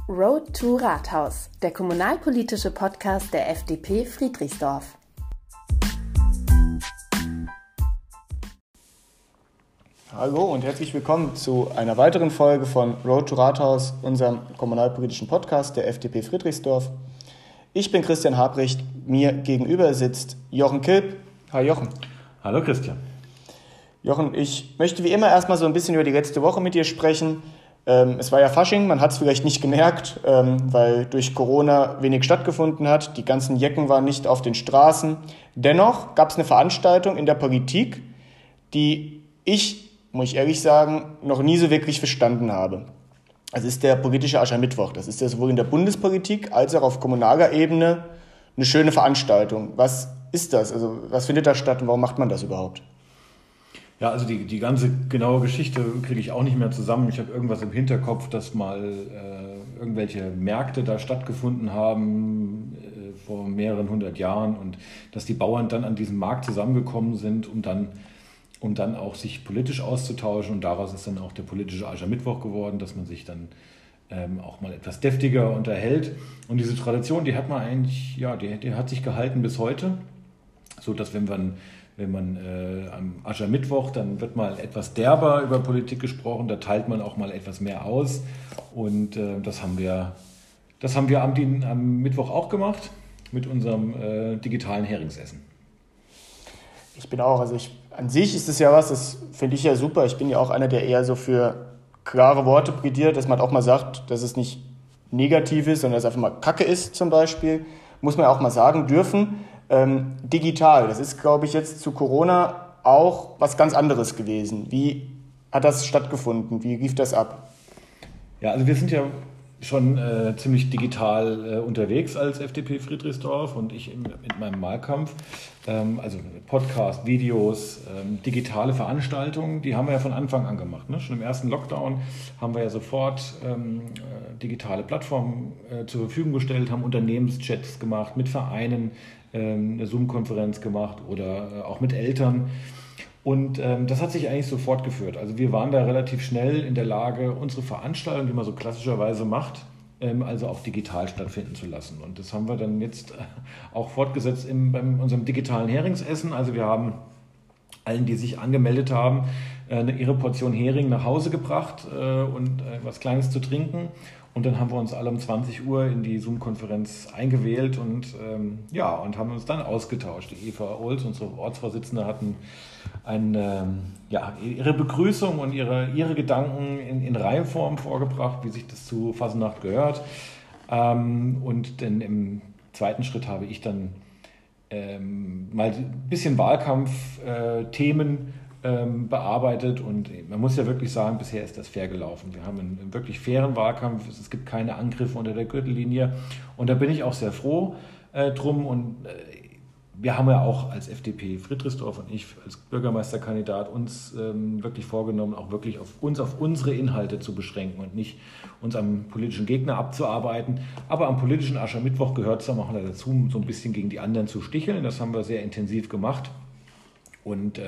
Road to Rathaus, der kommunalpolitische Podcast der FDP Friedrichsdorf. Hallo und herzlich willkommen zu einer weiteren Folge von Road to Rathaus, unserem kommunalpolitischen Podcast der FDP Friedrichsdorf. Ich bin Christian Habricht, mir gegenüber sitzt Jochen Kilp. Hi Jochen. Hallo Christian. Jochen, ich möchte wie immer erstmal so ein bisschen über die letzte Woche mit dir sprechen. Es war ja Fasching, man hat es vielleicht nicht gemerkt, weil durch Corona wenig stattgefunden hat. Die ganzen Jecken waren nicht auf den Straßen. Dennoch gab es eine Veranstaltung in der Politik, die ich, muss ich ehrlich sagen, noch nie so wirklich verstanden habe. Das ist der politische Aschermittwoch. Das ist ja sowohl in der Bundespolitik als auch auf kommunaler Ebene eine schöne Veranstaltung. Was ist das? Also was findet da statt und warum macht man das überhaupt? Ja, also die ganze genaue Geschichte kriege ich auch nicht mehr zusammen. Ich habe irgendwas im Hinterkopf, dass mal irgendwelche Märkte da stattgefunden haben vor mehreren hundert Jahren und dass die Bauern dann an diesem Markt zusammengekommen sind, um dann auch sich politisch auszutauschen. Und daraus ist dann auch der politische Aschermittwoch geworden, dass man sich dann auch mal etwas deftiger unterhält. Und diese Tradition, die hat man eigentlich, ja, die hat sich gehalten bis heute, so dass wenn man am Aschermittwoch, dann wird mal etwas derber über Politik gesprochen, da teilt man auch mal etwas mehr aus und das haben wir am Mittwoch auch gemacht mit unserem digitalen Heringsessen. Ich bin auch, an sich ist es ja was, das finde ich ja super. Ich bin ja auch einer, der eher so für klare Worte plädiert, dass man auch mal sagt, dass es nicht negativ ist, sondern dass es einfach mal Kacke ist zum Beispiel. Muss man auch mal sagen dürfen. Digital, das ist, glaube ich, jetzt zu Corona auch was ganz anderes gewesen. Wie hat das stattgefunden? Wie lief das ab? Ja, also wir sind ja schon ziemlich digital unterwegs als FDP Friedrichsdorf und ich mit meinem Wahlkampf. Also Podcast, Videos, digitale Veranstaltungen, die haben wir ja von Anfang an gemacht. Ne? Schon im ersten Lockdown haben wir ja sofort digitale Plattformen zur Verfügung gestellt, haben Unternehmenschats gemacht mit Vereinen, eine Zoom-Konferenz gemacht oder auch mit Eltern. Und das hat sich eigentlich so fortgeführt. Also wir waren da relativ schnell in der Lage, unsere Veranstaltung, die man so klassischerweise macht, also auch digital stattfinden zu lassen. Und das haben wir dann jetzt auch fortgesetzt bei unserem digitalen Heringsessen. Also wir haben allen, die sich angemeldet haben, ihre Portion Hering nach Hause gebracht und was Kleines zu trinken. Und dann haben wir uns alle um 20 Uhr in die Zoom-Konferenz eingewählt und haben uns dann ausgetauscht. Die Eva Olz, unsere Ortsvorsitzende, hatten ihre Begrüßung und ihre Gedanken in Reimform vorgebracht, wie sich das zu Fasnacht gehört. Und dann im zweiten Schritt habe ich dann mal ein bisschen Wahlkampfthemen bearbeitet und man muss ja wirklich sagen, bisher ist das fair gelaufen. Wir haben einen wirklich fairen Wahlkampf, es gibt keine Angriffe unter der Gürtellinie und da bin ich auch sehr froh drum und wir haben ja auch als FDP Friedrichsdorf und ich als Bürgermeisterkandidat uns wirklich vorgenommen, auch wirklich auf unsere Inhalte zu beschränken und nicht uns am politischen Gegner abzuarbeiten. Aber am politischen Aschermittwoch gehört es dann auch dazu, so ein bisschen gegen die anderen zu sticheln. Das haben wir sehr intensiv gemacht. Und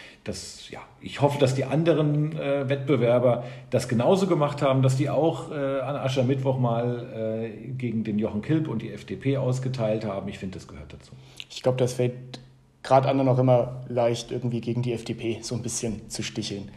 ich hoffe, dass die anderen Wettbewerber das genauso gemacht haben, dass die auch an Aschermittwoch mal gegen den Jochen Kilp und die FDP ausgeteilt haben. Ich finde, das gehört dazu. Ich glaube, das fällt gerade anderen auch immer leicht, irgendwie gegen die FDP so ein bisschen zu sticheln.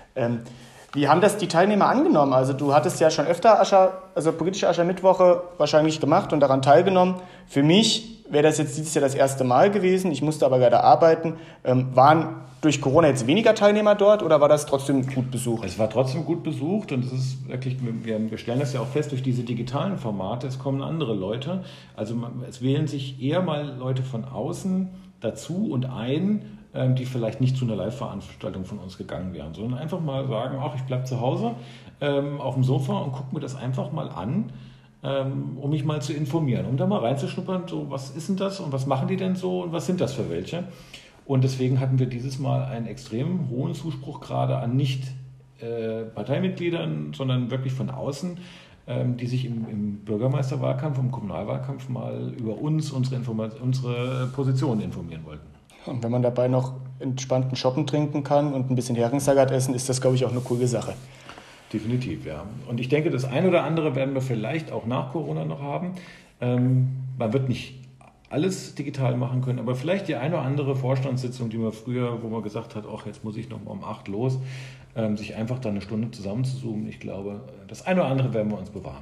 Wie haben das die Teilnehmer angenommen? Also du hattest ja schon öfter politische Aschermittwoche wahrscheinlich gemacht und daran teilgenommen. Für mich wäre das jetzt dieses Jahr das erste Mal gewesen. Ich musste aber leider arbeiten. Waren durch Corona jetzt weniger Teilnehmer dort oder war das trotzdem gut besucht? Es war trotzdem gut besucht und es ist wirklich, wir stellen das ja auch fest durch diese digitalen Formate, es kommen andere Leute. Also es wählen sich eher mal Leute von außen dazu und ein, die vielleicht nicht zu einer Live-Veranstaltung von uns gegangen wären, sondern einfach mal sagen, ach, ich bleibe zu Hause auf dem Sofa und gucke mir das einfach mal an, um mich mal zu informieren, um da mal reinzuschnuppern, so was ist denn das und was machen die denn so und was sind das für welche? Und deswegen hatten wir dieses Mal einen extrem hohen Zuspruch gerade an nicht Parteimitgliedern, sondern wirklich von außen, die sich im Bürgermeisterwahlkampf, im Kommunalwahlkampf mal über unsere Positionen informieren wollten. Und wenn man dabei noch entspannten Shoppen trinken kann und ein bisschen Heringssalat essen, ist das, glaube ich, auch eine coole Sache. Definitiv, ja. Und ich denke, das ein oder andere werden wir vielleicht auch nach Corona noch haben. Man wird nicht alles digital machen können, aber vielleicht die eine oder andere Vorstandssitzung, die man früher, wo man gesagt hat, ach, jetzt muss ich noch mal um 8 los, sich einfach dann eine Stunde zusammenzuzoomen. Ich glaube, das eine oder andere werden wir uns bewahren.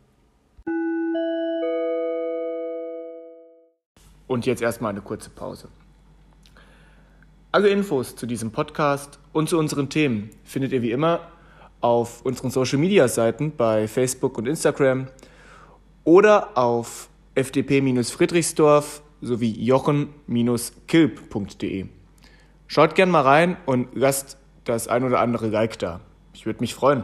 Und jetzt erstmal eine kurze Pause. Alle Infos zu diesem Podcast und zu unseren Themen findet ihr wie immer auf unseren Social-Media-Seiten bei Facebook und Instagram oder auf fdp-friedrichsdorf sowie jochen-kilb.de. Schaut gern mal rein und lasst das ein oder andere Like da. Ich würde mich freuen.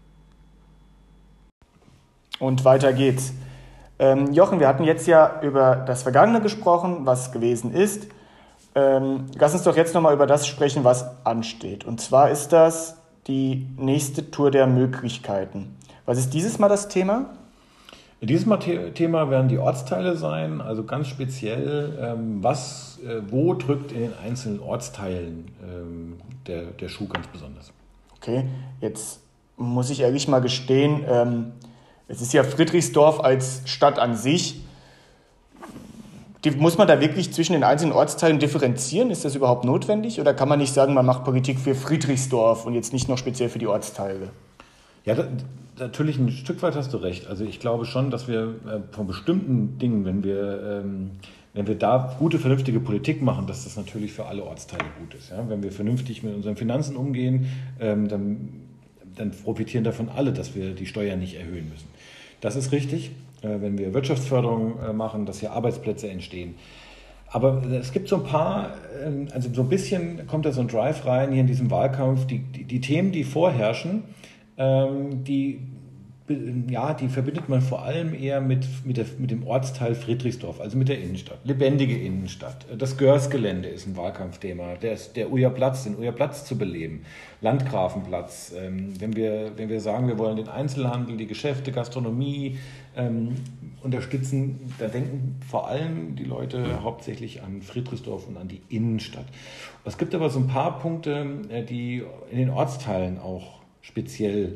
Und weiter geht's. Jochen, wir hatten jetzt ja über das Vergangene gesprochen, was gewesen ist. Lass uns doch jetzt nochmal über das sprechen, was ansteht. Und zwar ist das die nächste Tour der Möglichkeiten. Was ist dieses Mal das Thema? Dieses Mal Thema werden die Ortsteile sein, also ganz speziell, wo drückt in den einzelnen Ortsteilen der Schuh ganz besonders. Okay, jetzt muss ich ehrlich mal gestehen, es ist ja Friedrichsdorf als Stadt an sich. Muss man da wirklich zwischen den einzelnen Ortsteilen differenzieren? Ist das überhaupt notwendig? Oder kann man nicht sagen, man macht Politik für Friedrichsdorf und jetzt nicht noch speziell für die Ortsteile? Ja, natürlich ein Stück weit hast du recht. Also ich glaube schon, dass wir von bestimmten Dingen, wenn wir da gute, vernünftige Politik machen, dass das natürlich für alle Ortsteile gut ist. Ja? Wenn wir vernünftig mit unseren Finanzen umgehen, dann profitieren davon alle, dass wir die Steuern nicht erhöhen müssen. Das ist richtig, wenn wir Wirtschaftsförderung machen, dass hier Arbeitsplätze entstehen. Aber es gibt so ein paar, also so ein bisschen kommt da so ein Drive rein hier in diesem Wahlkampf. Die Themen, die vorherrschen, die verbindet man vor allem eher mit dem Ortsteil Friedrichsdorf, also mit der Innenstadt. Lebendige Innenstadt. Das Görs-Gelände ist ein Wahlkampfthema. Der Ujerplatz, den Ujerplatz zu beleben. Landgrafenplatz. Wenn wir sagen, wir wollen den Einzelhandel, die Geschäfte, Gastronomie unterstützen, da denken vor allem die Leute hauptsächlich an Friedrichsdorf und an die Innenstadt. Es gibt aber so ein paar Punkte, die in den Ortsteilen auch speziell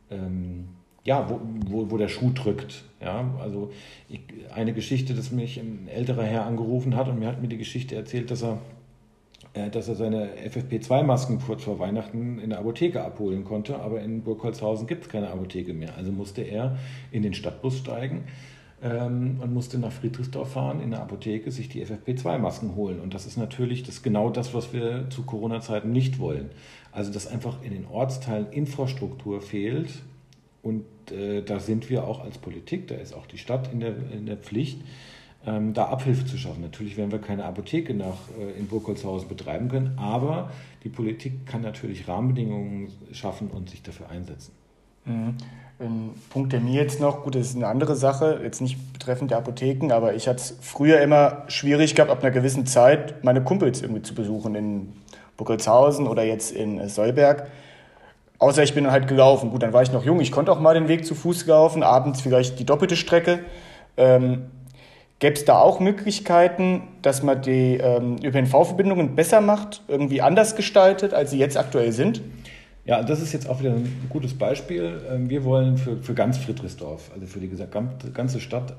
wo der Schuh drückt. Ja, also eine Geschichte, dass mich ein älterer Herr angerufen hat und mir hat mir die Geschichte erzählt, dass er seine FFP2-Masken kurz vor Weihnachten in der Apotheke abholen konnte, aber in Burgholzhausen gibt es keine Apotheke mehr. Also musste er in den Stadtbus steigen und musste nach Friedrichsdorf fahren, in der Apotheke sich die FFP2-Masken holen. Und das ist natürlich genau das, was wir zu Corona-Zeiten nicht wollen. Also dass einfach in den Ortsteilen Infrastruktur fehlt. Und da sind wir auch als Politik, da ist auch die Stadt in der Pflicht, da Abhilfe zu schaffen. Natürlich werden wir keine Apotheke in Burgholzhausen betreiben können, aber die Politik kann natürlich Rahmenbedingungen schaffen und sich dafür einsetzen. Ein Punkt, der mir jetzt noch, gut, das ist eine andere Sache, jetzt nicht betreffend der Apotheken, aber ich hatte es früher immer schwierig gehabt, ab einer gewissen Zeit meine Kumpels irgendwie zu besuchen in Burgholzhausen oder jetzt in Solberg. Außer ich bin dann halt gelaufen. Gut, dann war ich noch jung, ich konnte auch mal den Weg zu Fuß laufen, abends vielleicht die doppelte Strecke. Gäbe es da auch Möglichkeiten, dass man die ÖPNV-Verbindungen besser macht, irgendwie anders gestaltet, als sie jetzt aktuell sind? Ja, das ist jetzt auch wieder ein gutes Beispiel. Wir wollen für ganz Friedrichsdorf, also für die ganze Stadt,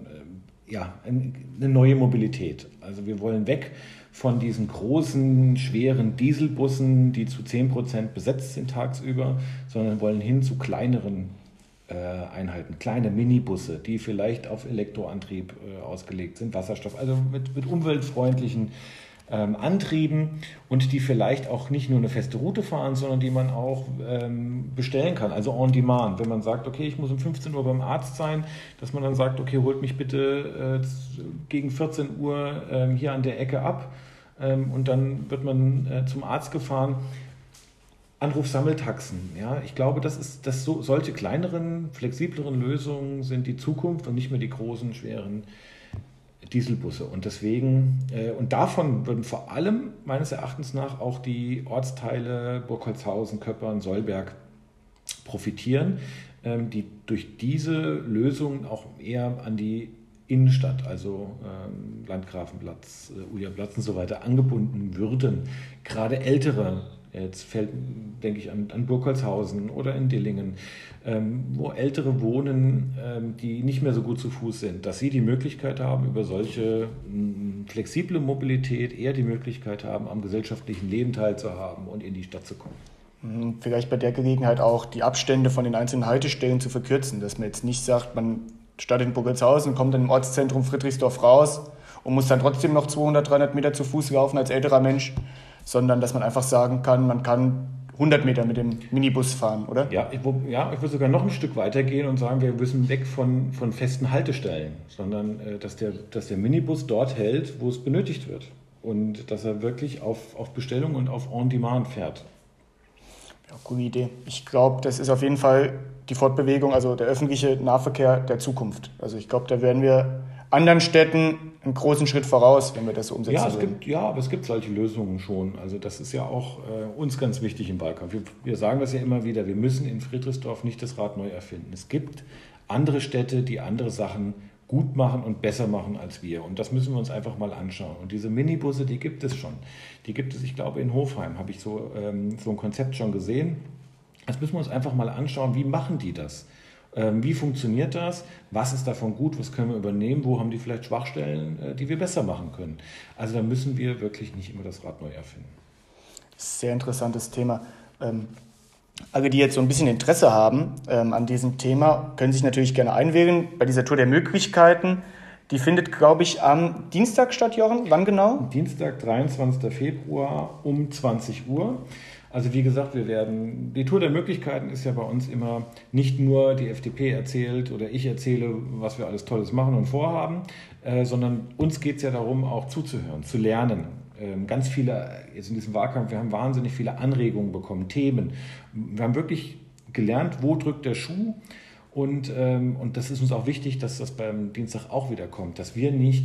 eine neue Mobilität. Also wir wollen weg von diesen großen, schweren Dieselbussen, die zu 10% besetzt sind tagsüber, sondern wollen hin zu kleineren Einheiten, kleine Minibusse, die vielleicht auf Elektroantrieb ausgelegt sind, Wasserstoff, also mit umweltfreundlichen Antrieben und die vielleicht auch nicht nur eine feste Route fahren, sondern die man auch bestellen kann, also on demand. Wenn man sagt, okay, ich muss um 15 Uhr beim Arzt sein, dass man dann sagt, okay, holt mich bitte gegen 14 Uhr hier an der Ecke ab und dann wird man zum Arzt gefahren. Anrufsammeltaxen, ja, ich glaube, solche kleineren, flexibleren Lösungen sind die Zukunft und nicht mehr die großen, schweren Dieselbusse. Und deswegen, und davon würden vor allem meines Erachtens nach auch die Ortsteile Burgholzhausen, Köppern, Solberg profitieren, die durch diese Lösung auch eher an die Innenstadt, also Landgrafenplatz, Ujerplatz und so weiter, angebunden würden. Gerade ältere Jetzt denke ich an Burgholzhausen oder in Dillingen, wo Ältere wohnen, die nicht mehr so gut zu Fuß sind, dass sie die Möglichkeit haben, über solche flexible Mobilität eher die Möglichkeit haben, am gesellschaftlichen Leben teilzuhaben und in die Stadt zu kommen. Vielleicht bei der Gelegenheit auch die Abstände von den einzelnen Haltestellen zu verkürzen, dass man jetzt nicht sagt, man startet in Burgholzhausen, kommt dann im Ortszentrum Friedrichsdorf raus und muss dann trotzdem noch 200, 300 Meter zu Fuß laufen als älterer Mensch, sondern dass man einfach sagen kann, man kann 100 Meter mit dem Minibus fahren, oder? Ja, ich würde sogar noch ein Stück weiter gehen und sagen, wir müssen weg von festen Haltestellen, sondern dass der Minibus dort hält, wo es benötigt wird und dass er wirklich auf Bestellung und auf On-Demand fährt. Ja, gute Idee. Ich glaube, das ist auf jeden Fall die Fortbewegung, also der öffentliche Nahverkehr der Zukunft. Also ich glaube, da werden wir anderen Städten einen großen Schritt voraus, wenn wir das so umsetzen würden. Aber es gibt solche Lösungen schon. Also das ist ja auch uns ganz wichtig im Wahlkampf. Wir sagen das ja immer wieder, wir müssen in Friedrichsdorf nicht das Rad neu erfinden. Es gibt andere Städte, die andere Sachen gut machen und besser machen als wir. Und das müssen wir uns einfach mal anschauen. Und diese Minibusse, die gibt es schon. Die gibt es, ich glaube, in Hofheim habe ich so ein Konzept schon gesehen. Das müssen wir uns einfach mal anschauen, wie machen die das? Wie funktioniert das? Was ist davon gut? Was können wir übernehmen? Wo haben die vielleicht Schwachstellen, die wir besser machen können? Also da müssen wir wirklich nicht immer das Rad neu erfinden. Sehr interessantes Thema. Alle, die jetzt so ein bisschen Interesse haben an diesem Thema, können sich natürlich gerne einwählen bei dieser Tour der Möglichkeiten. Die findet, glaube ich, am Dienstag statt, Jochen. Wann genau? Dienstag, 23. Februar um 20 Uhr. Also wie gesagt, die Tour der Möglichkeiten ist ja bei uns immer nicht nur die FDP erzählt oder ich erzähle, was wir alles Tolles machen und vorhaben, sondern uns geht es ja darum, auch zuzuhören, zu lernen. Ganz viele, jetzt in diesem Wahlkampf, wir haben wahnsinnig viele Anregungen bekommen, Themen. Wir haben wirklich gelernt, wo drückt der Schuh. Und das ist uns auch wichtig, dass das beim Dienstag auch wieder kommt, dass wir nicht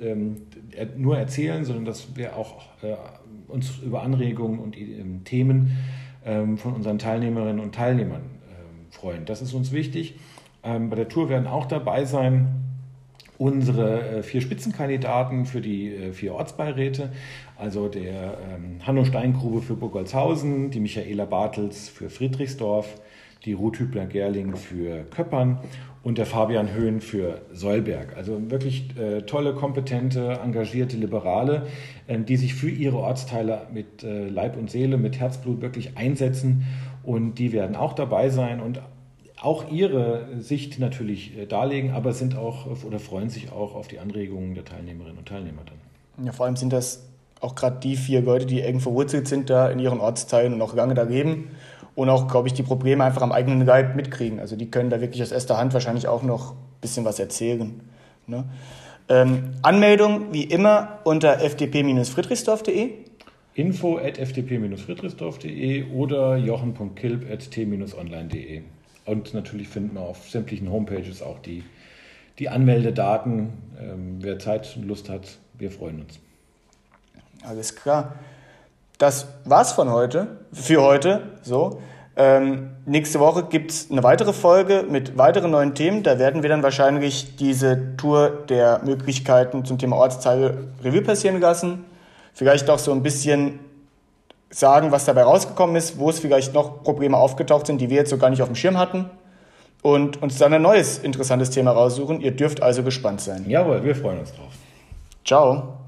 nur erzählen, sondern dass wir auch uns über Anregungen und Themen von unseren Teilnehmerinnen und Teilnehmern freuen. Das ist uns wichtig. Bei der Tour werden auch dabei sein unsere 4 Spitzenkandidaten für die 4 Ortsbeiräte, also der Hanno Steingrube für Burgholzhausen, die Michaela Bartels für Friedrichsdorf, die Ruth Hübner-Gerling für Köppern und der Fabian Höhn für Solberg. Also wirklich tolle, kompetente, engagierte Liberale, die sich für ihre Ortsteile mit Leib und Seele, mit Herzblut wirklich einsetzen, und die werden auch dabei sein und auch ihre Sicht natürlich darlegen, aber sind auch oder freuen sich auch auf die Anregungen der Teilnehmerinnen und Teilnehmer dann. Ja, vor allem sind das auch gerade die 4 Leute, die eng verwurzelt sind da in ihren Ortsteilen und auch lange da leben und auch, glaube ich, die Probleme einfach am eigenen Leib mitkriegen. Also die können da wirklich aus erster Hand wahrscheinlich auch noch ein bisschen was erzählen. Ne? Anmeldung wie immer unter fdp-friedrichsdorf.de. info@fdp-friedrichsdorf.de oder jochen.kilp@t-online.de. Und natürlich finden wir auf sämtlichen Homepages auch die Anmeldedaten. Wer Zeit und Lust hat, wir freuen uns. Alles klar. Das war's für heute. So. Nächste Woche gibt es eine weitere Folge mit weiteren neuen Themen. Da werden wir dann wahrscheinlich diese Tour der Möglichkeiten zum Thema Ortsteile Revue passieren lassen. Vielleicht auch so ein bisschen sagen, was dabei rausgekommen ist, wo es vielleicht noch Probleme aufgetaucht sind, die wir jetzt so gar nicht auf dem Schirm hatten, und uns dann ein neues interessantes Thema raussuchen. Ihr dürft also gespannt sein. Jawohl, wir freuen uns drauf. Ciao.